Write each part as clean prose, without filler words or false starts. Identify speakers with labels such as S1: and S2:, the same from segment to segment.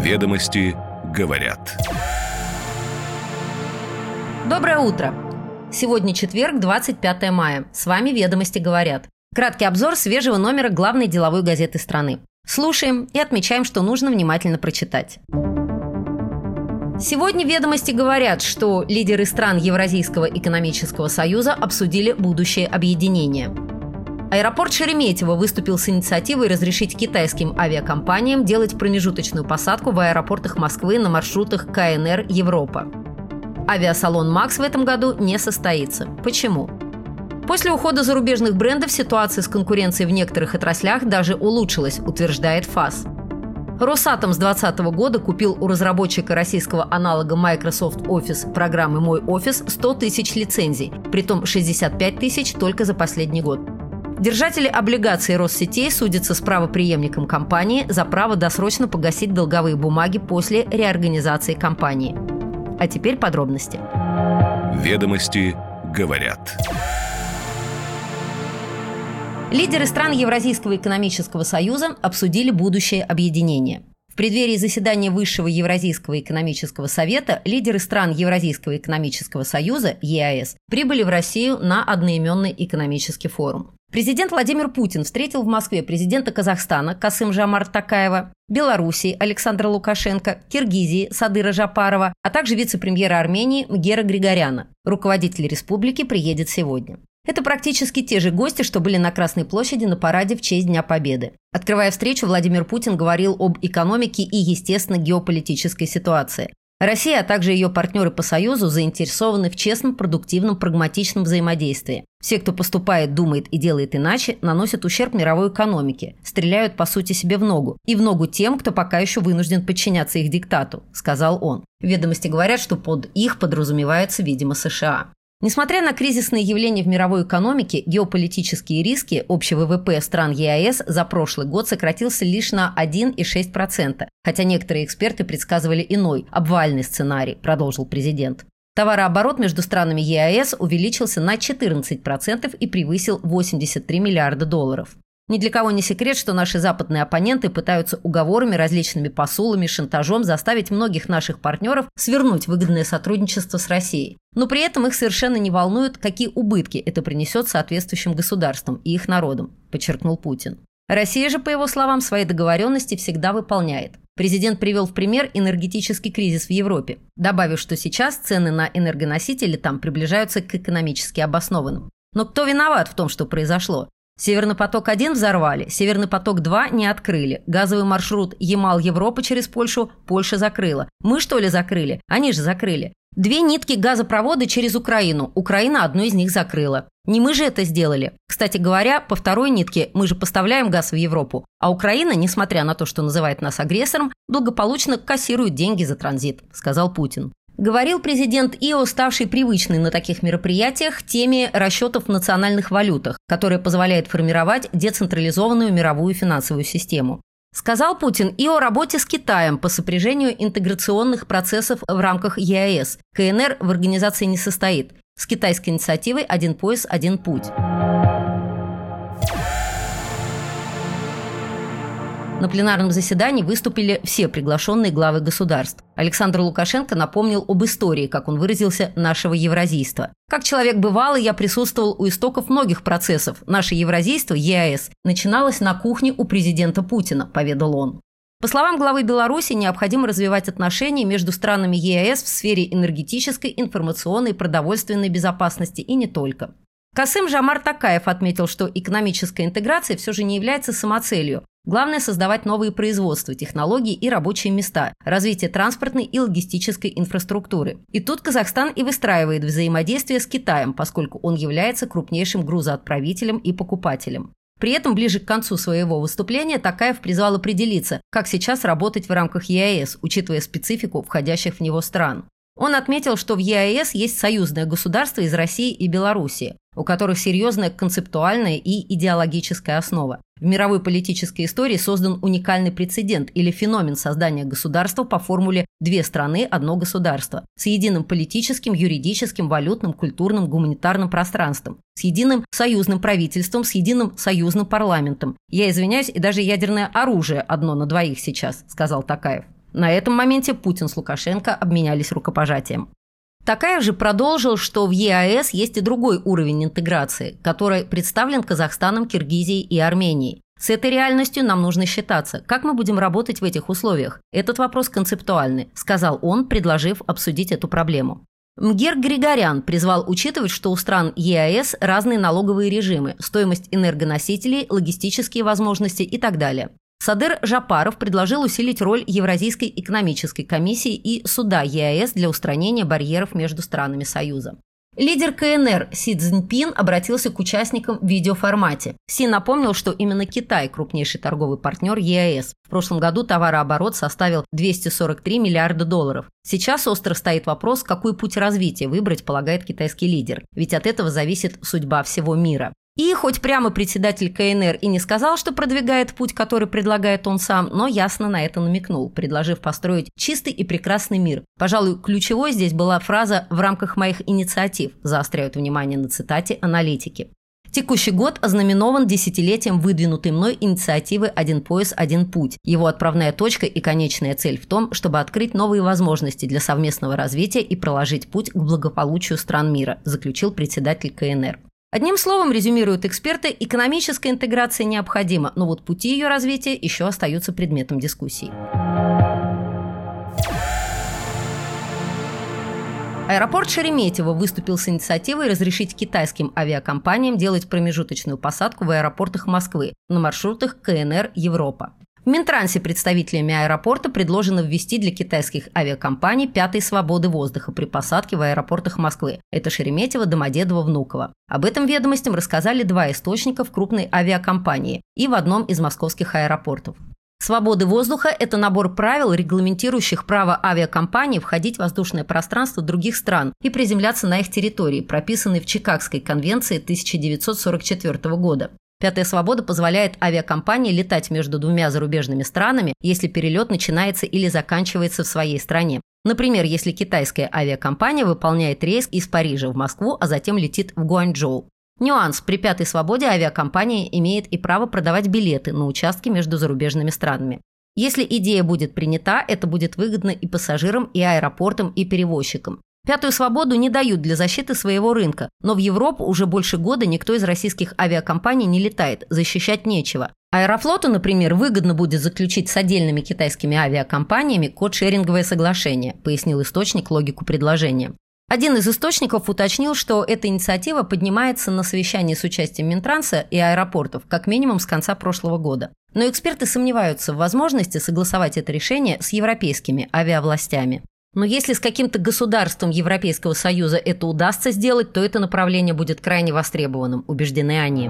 S1: Ведомости говорят.
S2: Доброе утро! Сегодня четверг, 25 мая. С вами «Ведомости говорят». Краткий обзор свежего номера главной деловой газеты страны. Слушаем и отмечаем, что нужно внимательно прочитать. Сегодня «Ведомости говорят», что лидеры стран Евразийского экономического союза обсудили будущее объединение. Аэропорт Шереметьево выступил с инициативой разрешить китайским авиакомпаниям делать промежуточную посадку в аэропортах Москвы на маршрутах КНР «Европа». Авиасалон «Макс» в этом году не состоится. Почему? После ухода зарубежных брендов ситуация с конкуренцией в некоторых отраслях даже улучшилась, утверждает ФАС. Росатом с 2020 года купил у разработчика российского аналога Microsoft Office программы «Мой офис» 100 тысяч лицензий, притом 65 тысяч только за последний год. Держатели облигаций Россетей судятся с правопреемником компании за право досрочно погасить долговые бумаги после реорганизации компании. А теперь подробности.
S1: Ведомости говорят.
S2: Лидеры стран Евразийского экономического союза обсудили будущее объединение. В преддверии заседания Высшего Евразийского экономического совета лидеры стран Евразийского экономического союза ЕАЭС прибыли в Россию на одноименный экономический форум. Президент Владимир Путин встретил в Москве президента Казахстана Касым-Жомарта Токаева, Белоруссии Александра Лукашенко, Киргизии Садыра Жапарова, а также вице-премьера Армении Мгера Григоряна. Руководитель республики приедет сегодня. Это практически те же гости, что были на Красной площади на параде в честь Дня Победы. Открывая встречу, Владимир Путин говорил об экономике и, естественно, геополитической ситуации. Россия, а также ее партнеры по Союзу заинтересованы в честном, продуктивном, прагматичном взаимодействии. Все, кто поступает, думает и делает иначе, наносят ущерб мировой экономике, стреляют, по сути, себе в ногу. И в ногу тем, кто пока еще вынужден подчиняться их диктату, сказал он. Ведомости говорят, что под их подразумевается, видимо, США. Несмотря на кризисные явления в мировой экономике, геополитические риски, общий ВВП стран ЕАЭС за прошлый год сократился лишь на 1,6%, хотя некоторые эксперты предсказывали иной, обвальный сценарий, продолжил президент. Товарооборот между странами ЕАЭС увеличился на 14% и превысил 83 миллиарда долларов. Ни для кого не секрет, что наши западные оппоненты пытаются уговорами, различными посулами, шантажом заставить многих наших партнеров свернуть выгодное сотрудничество с Россией. Но при этом их совершенно не волнует, какие убытки это принесет соответствующим государствам и их народам, подчеркнул Путин. Россия же, по его словам, свои договоренности всегда выполняет. Президент привел в пример энергетический кризис в Европе, добавив, что сейчас цены на энергоносители там приближаются к экономически обоснованным. Но кто виноват в том, что произошло? Северный поток-1 взорвали, Северный поток-2 не открыли. Газовый маршрут Ямал-Европа через Польшу Польша закрыла. Мы, что ли, закрыли? Они же закрыли. 2 нитки газопровода через Украину. Украина одну из них закрыла. Не мы же это сделали. Кстати говоря, по второй нитке мы же поставляем газ в Европу. А Украина, несмотря на то, что называет нас агрессором, благополучно кассирует деньги за транзит, сказал Путин. Говорил президент и о ставшей привычной на таких мероприятиях теме расчетов в национальных валютах, которая позволяет формировать децентрализованную мировую финансовую систему. Сказал Путин и о работе с Китаем по сопряжению интеграционных процессов в рамках ЕАЭС. КНР в организации не состоит. С китайской инициативой «Один пояс, один путь». На пленарном заседании выступили все приглашенные главы государств. Александр Лукашенко напомнил об истории, как он выразился, нашего евразийства. «Как человек бывалый, я присутствовал у истоков многих процессов. Наше евразийство, ЕАЭС, начиналось на кухне у президента Путина», – поведал он. По словам главы Беларуси, необходимо развивать отношения между странами ЕАЭС в сфере энергетической, информационной и продовольственной безопасности и не только. Касым-Жомарт Токаев отметил, что экономическая интеграция все же не является самоцелью. Главное – создавать новые производства, технологии и рабочие места, развитие транспортной и логистической инфраструктуры. И тут Казахстан и выстраивает взаимодействие с Китаем, поскольку он является крупнейшим грузоотправителем и покупателем. При этом ближе к концу своего выступления Токаев призвал определиться, как сейчас работать в рамках ЕАЭС, учитывая специфику входящих в него стран. Он отметил, что в ЕАЭС есть союзное государство из России и Белоруссии, у которых серьезная концептуальная и идеологическая основа. В мировой политической истории создан уникальный прецедент или феномен создания государства по формуле «две страны, одно государство» с единым политическим, юридическим, валютным, культурным, гуманитарным пространством, с единым союзным правительством, с единым союзным парламентом. Я извиняюсь, и даже ядерное оружие одно на двоих сейчас, сказал Токаев. На этом моменте Путин с Лукашенко обменялись рукопожатием. Такаев же продолжил, что в ЕАЭС есть и другой уровень интеграции, который представлен Казахстаном, Киргизией и Арменией. С этой реальностью нам нужно считаться. Как мы будем работать в этих условиях? Этот вопрос концептуальный, сказал он, предложив обсудить эту проблему. Мгер Григорян призвал учитывать, что у стран ЕАЭС разные налоговые режимы, стоимость энергоносителей, логистические возможности и так далее. Садыр Жапаров предложил усилить роль Евразийской экономической комиссии и суда ЕАЭС для устранения барьеров между странами Союза. Лидер КНР Си Цзиньпин обратился к участникам в видеоформате. Си напомнил, что именно Китай – крупнейший торговый партнер ЕАЭС. В прошлом году товарооборот составил $243 миллиарда. Сейчас остро стоит вопрос, какой путь развития выбрать, полагает китайский лидер. Ведь от этого зависит судьба всего мира. И хоть прямо председатель КНР и не сказал, что продвигает путь, который предлагает он сам, но ясно на это намекнул, предложив построить чистый и прекрасный мир. Пожалуй, ключевой здесь была фраза «в рамках моих инициатив», заостряют внимание на цитате аналитики. Текущий год ознаменован десятилетием выдвинутой мной инициативы «Один пояс, один путь». Его отправная точка и конечная цель в том, чтобы открыть новые возможности для совместного развития и проложить путь к благополучию стран мира, заключил председатель КНР. Одним словом, резюмируют эксперты, экономическая интеграция необходима, но вот пути ее развития еще остаются предметом дискуссий. Аэропорт Шереметьево выступил с инициативой разрешить китайским авиакомпаниям делать промежуточную посадку в аэропортах Москвы на маршрутах КНР-Европа. В Минтрансе представителями аэропорта предложено ввести для китайских авиакомпаний пятой свободы воздуха при посадке в аэропортах Москвы. Это Шереметьево, Домодедово, Внуково. Об этом ведомостям рассказали два источника в крупной авиакомпании и в одном из московских аэропортов. Свободы воздуха – это набор правил, регламентирующих право авиакомпаний входить в воздушное пространство других стран и приземляться на их территории, прописанный в Чикагской конвенции 1944 года. Пятая свобода позволяет авиакомпании летать между двумя зарубежными странами, если перелет начинается или заканчивается в своей стране. Например, если китайская авиакомпания выполняет рейс из Парижа в Москву, а затем летит в Гуанчжоу. Нюанс: при пятой свободе авиакомпания имеет и право продавать билеты на участки между зарубежными странами. Если идея будет принята, это будет выгодно и пассажирам, и аэропортам, и перевозчикам. Пятую свободу не дают для защиты своего рынка, но в Европу уже больше года никто из российских авиакомпаний не летает, защищать нечего. Аэрофлоту, например, выгодно будет заключить с отдельными китайскими авиакомпаниями код-шеринговое соглашение, пояснил источник логику предложения. Один из источников уточнил, что эта инициатива поднимается на совещании с участием Минтранса и аэропортов как минимум с конца прошлого года. Но эксперты сомневаются в возможности согласовать это решение с европейскими авиавластями. Но если с каким-то государством Европейского Союза это удастся сделать, то это направление будет крайне востребованным, убеждены они.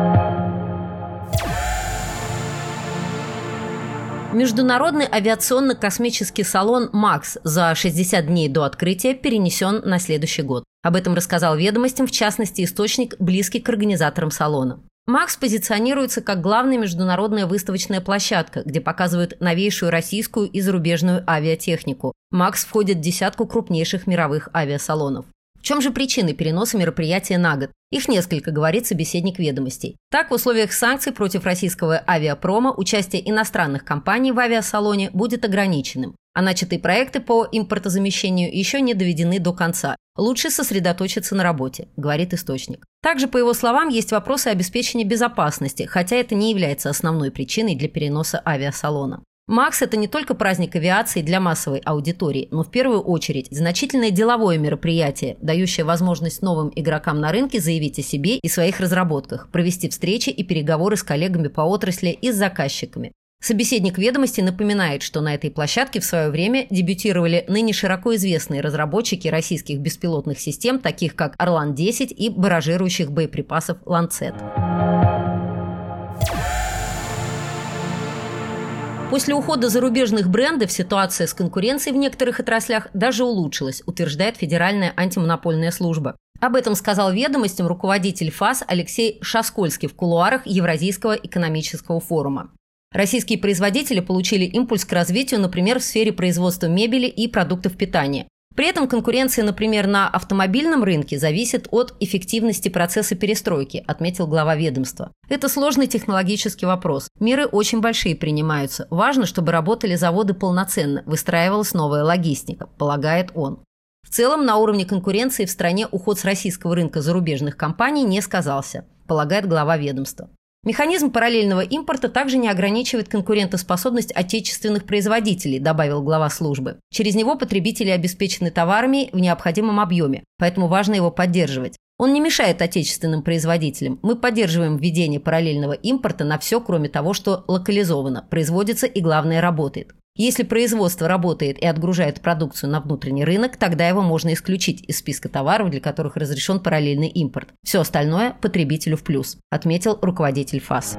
S2: Международный авиационно-космический салон «МАКС» за 60 дней до открытия перенесен на следующий год. Об этом рассказал «Ведомостям», в частности, источник, близкий к организаторам салона. МАКС позиционируется как главная международная выставочная площадка, где показывают новейшую российскую и зарубежную авиатехнику. МАКС входит в десятку крупнейших мировых авиасалонов. В чем же причины переноса мероприятия на год? Их несколько, говорит собеседник «Ведомостей». Так, в условиях санкций против российского авиапрома участие иностранных компаний в авиасалоне будет ограниченным, а начатые проекты по импортозамещению еще не доведены до конца. Лучше сосредоточиться на работе, говорит источник. Также, по его словам, есть вопросы обеспечения безопасности, хотя это не является основной причиной для переноса авиасалона. МАКС – это не только праздник авиации для массовой аудитории, но в первую очередь значительное деловое мероприятие, дающее возможность новым игрокам на рынке заявить о себе и своих разработках, провести встречи и переговоры с коллегами по отрасли и с заказчиками. Собеседник «Ведомостей» напоминает, что на этой площадке в свое время дебютировали ныне широко известные разработчики российских беспилотных систем, таких как «Орлан-10» и баражирующих боеприпасов «Ланцет». После ухода зарубежных брендов ситуация с конкуренцией в некоторых отраслях даже улучшилась, утверждает Федеральная антимонопольная служба. Об этом сказал «Ведомостям» руководитель ФАС Алексей Шаскольский в кулуарах Евразийского экономического форума. Российские производители получили импульс к развитию, например, в сфере производства мебели и продуктов питания. При этом конкуренция, например, на автомобильном рынке зависит от эффективности процесса перестройки, отметил глава ведомства. Это сложный технологический вопрос. Меры очень большие принимаются. Важно, чтобы работали заводы полноценно, выстраивалась новая логистика, полагает он. В целом, на уровне конкуренции в стране уход с российского рынка зарубежных компаний не сказался, полагает глава ведомства. Механизм параллельного импорта также не ограничивает конкурентоспособность отечественных производителей, добавил глава службы. Через него потребители обеспечены товарами в необходимом объеме, поэтому важно его поддерживать. Он не мешает отечественным производителям. Мы поддерживаем введение параллельного импорта на все, кроме того, что локализовано, производится и, главное, работает. Если производство работает и отгружает продукцию на внутренний рынок, тогда его можно исключить из списка товаров, для которых разрешен параллельный импорт. Все остальное потребителю в плюс, отметил руководитель ФАС.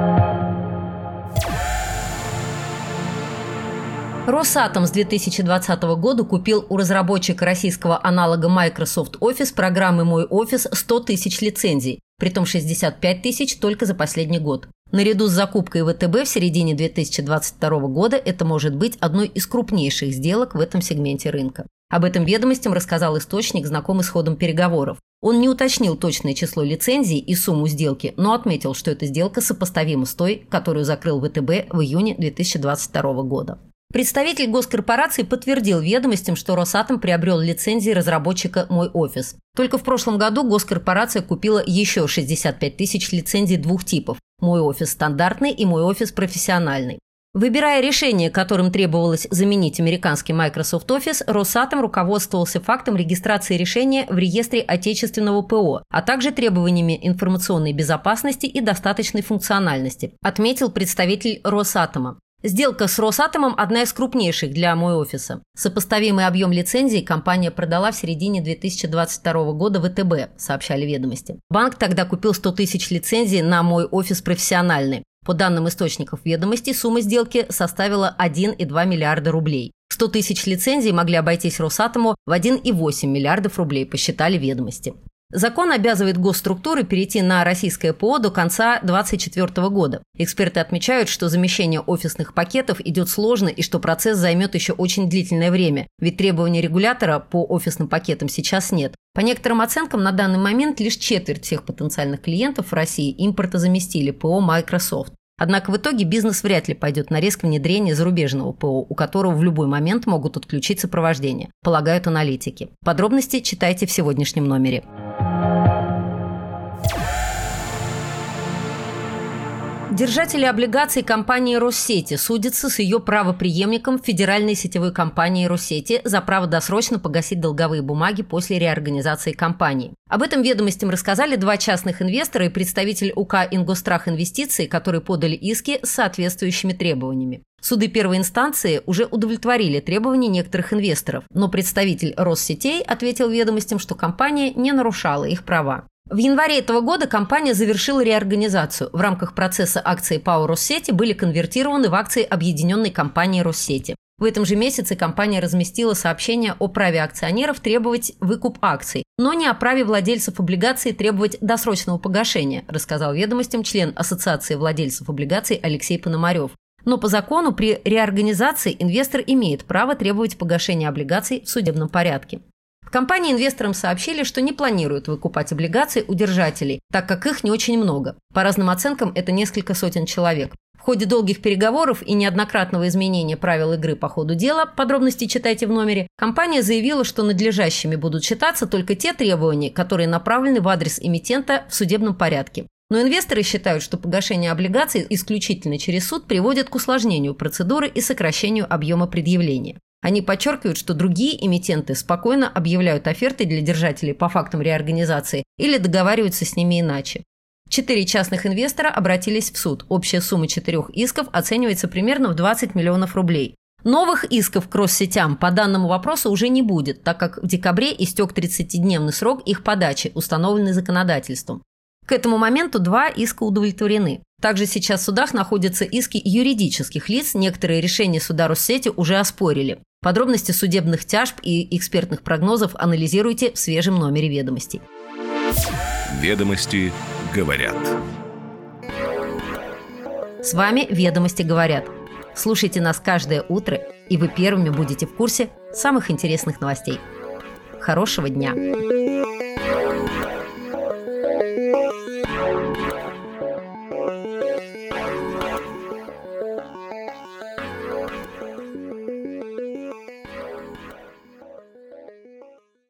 S2: Росатом с 2020 года купил у разработчика российского аналога Microsoft Office программы «Мой офис» 100 тысяч лицензий, притом 65 тысяч только за последний год. Наряду с закупкой ВТБ в середине 2022 года это может быть одной из крупнейших сделок в этом сегменте рынка. Об этом ведомостям рассказал источник, знакомый с ходом переговоров. Он не уточнил точное число лицензий и сумму сделки, но отметил, что эта сделка сопоставима с той, которую закрыл ВТБ в июне 2022 года. Представитель госкорпорации подтвердил ведомостям, что Росатом приобрел лицензии разработчика «Мой офис». Только в прошлом году госкорпорация купила еще 65 тысяч лицензий двух типов – «Мой офис стандартный» и «Мой офис профессиональный». Выбирая решение, которым требовалось заменить американский Microsoft Office, Росатом руководствовался фактом регистрации решения в реестре отечественного ПО, а также требованиями информационной безопасности и достаточной функциональности, отметил представитель Росатома. Сделка с Росатомом – одна из крупнейших для «Мой офиса». Сопоставимый объем лицензий компания продала в середине 2022 года ВТБ, сообщали ведомости. Банк тогда купил 100 тысяч лицензий на «Мой офис профессиональный». По данным источников ведомостей, сумма сделки составила 1,2 миллиарда рублей. 100 тысяч лицензий могли обойтись Росатому в 1,8 миллиардов рублей, посчитали ведомости. Закон обязывает госструктуры перейти на российское ПО до конца 2024 года. Эксперты отмечают, что замещение офисных пакетов идет сложно и что процесс займет еще очень длительное время, ведь требований регулятора по офисным пакетам сейчас нет. По некоторым оценкам, на данный момент лишь четверть всех потенциальных клиентов в России импортозаместили ПО Microsoft. Однако в итоге бизнес вряд ли пойдет на резкое внедрение зарубежного ПО, у которого в любой момент могут отключить сопровождение, полагают аналитики. Подробности читайте в сегодняшнем номере. Держатели облигаций компании Россети судятся с ее правопреемником федеральной сетевой компании Россети за право досрочно погасить долговые бумаги после реорганизации компании. Об этом ведомостям рассказали два частных инвестора и представитель УК «Ингосстрах Инвестиции», которые подали иски с соответствующими требованиями. Суды первой инстанции уже удовлетворили требования некоторых инвесторов, но представитель Россетей ответил ведомостям, что компания не нарушала их права. В январе этого года компания завершила реорганизацию. В рамках процесса акции ПАО «Россети» были конвертированы в акции объединенной компании «Россети». В этом же месяце компания разместила сообщение о праве акционеров требовать выкуп акций, но не о праве владельцев облигаций требовать досрочного погашения, рассказал ведомостям член Ассоциации владельцев облигаций Алексей Пономарев. Но по закону при реорганизации инвестор имеет право требовать погашения облигаций в судебном порядке. В компании инвесторам сообщили, что не планируют выкупать облигации у держателей, так как их не очень много. По разным оценкам, это несколько сотен человек. В ходе долгих переговоров и неоднократного изменения правил игры по ходу дела, подробности читайте в номере, компания заявила, что надлежащими будут считаться только те требования, которые направлены в адрес эмитента в судебном порядке. Но инвесторы считают, что погашение облигаций исключительно через суд приводит к усложнению процедуры и сокращению объема предъявления. Они подчеркивают, что другие эмитенты спокойно объявляют оферты для держателей по фактам реорганизации или договариваются с ними иначе. 4 частных инвестора обратились в суд. Общая сумма 4 исков оценивается примерно в 20 миллионов рублей. Новых исков к Россетям по данному вопросу уже не будет, так как в декабре истек 30-дневный срок их подачи, установленный законодательством. К этому моменту 2 иска удовлетворены. Также сейчас в судах находятся иски юридических лиц, некоторые решения суда Россети уже оспорили. Подробности судебных тяжб и экспертных прогнозов анализируйте в свежем номере «Ведомостей».
S1: Ведомости говорят.
S2: С вами «Ведомости говорят». Слушайте нас каждое утро, и вы первыми будете в курсе самых интересных новостей. Хорошего дня!